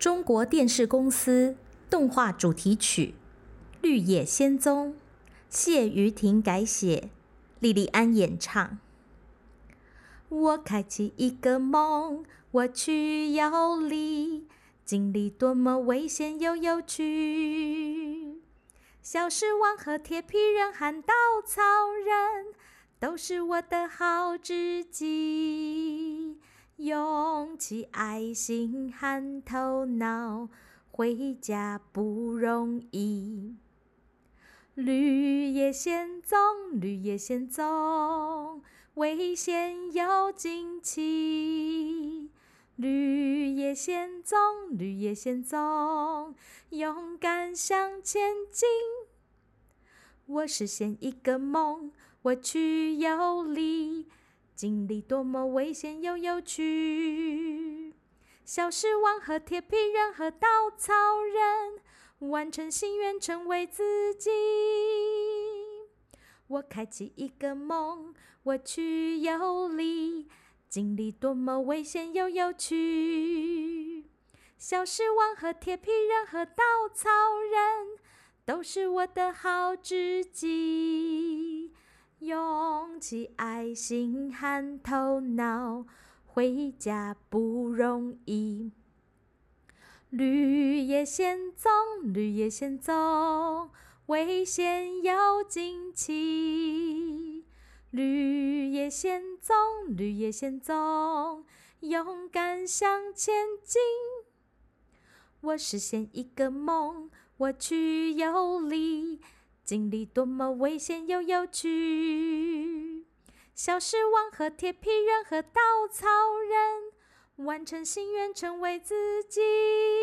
中国电视公司动画主题曲《绿野仙踪》，谢瑜婷改写，莉莉安演唱。我开启一个梦，我去游历，经历多么危险又有趣。小时王和铁皮人和稻草人，都是我的好知己。用起爱心和头脑，回家不容易。绿野仙踪，绿野仙踪，危险又惊奇。绿野仙踪，绿野仙踪，勇敢向前进。我实现一个梦，我去游历，经历多么危险又有趣。小时王和铁皮人和稻草人，完成心愿成为自己。我开启一个梦，我去游历，经历多么危险又有趣。小时王和铁皮人和稻草人，都是我的好知己。用起爱心和头脑，回家不容易。绿野仙踪，绿野仙踪，危险又惊奇。绿野仙踪，绿野仙踪，勇敢向前进。我实现一个梦，我去游历，经历多么危险又有趣。小时王和铁皮人和稻草人，完成心愿成为自己。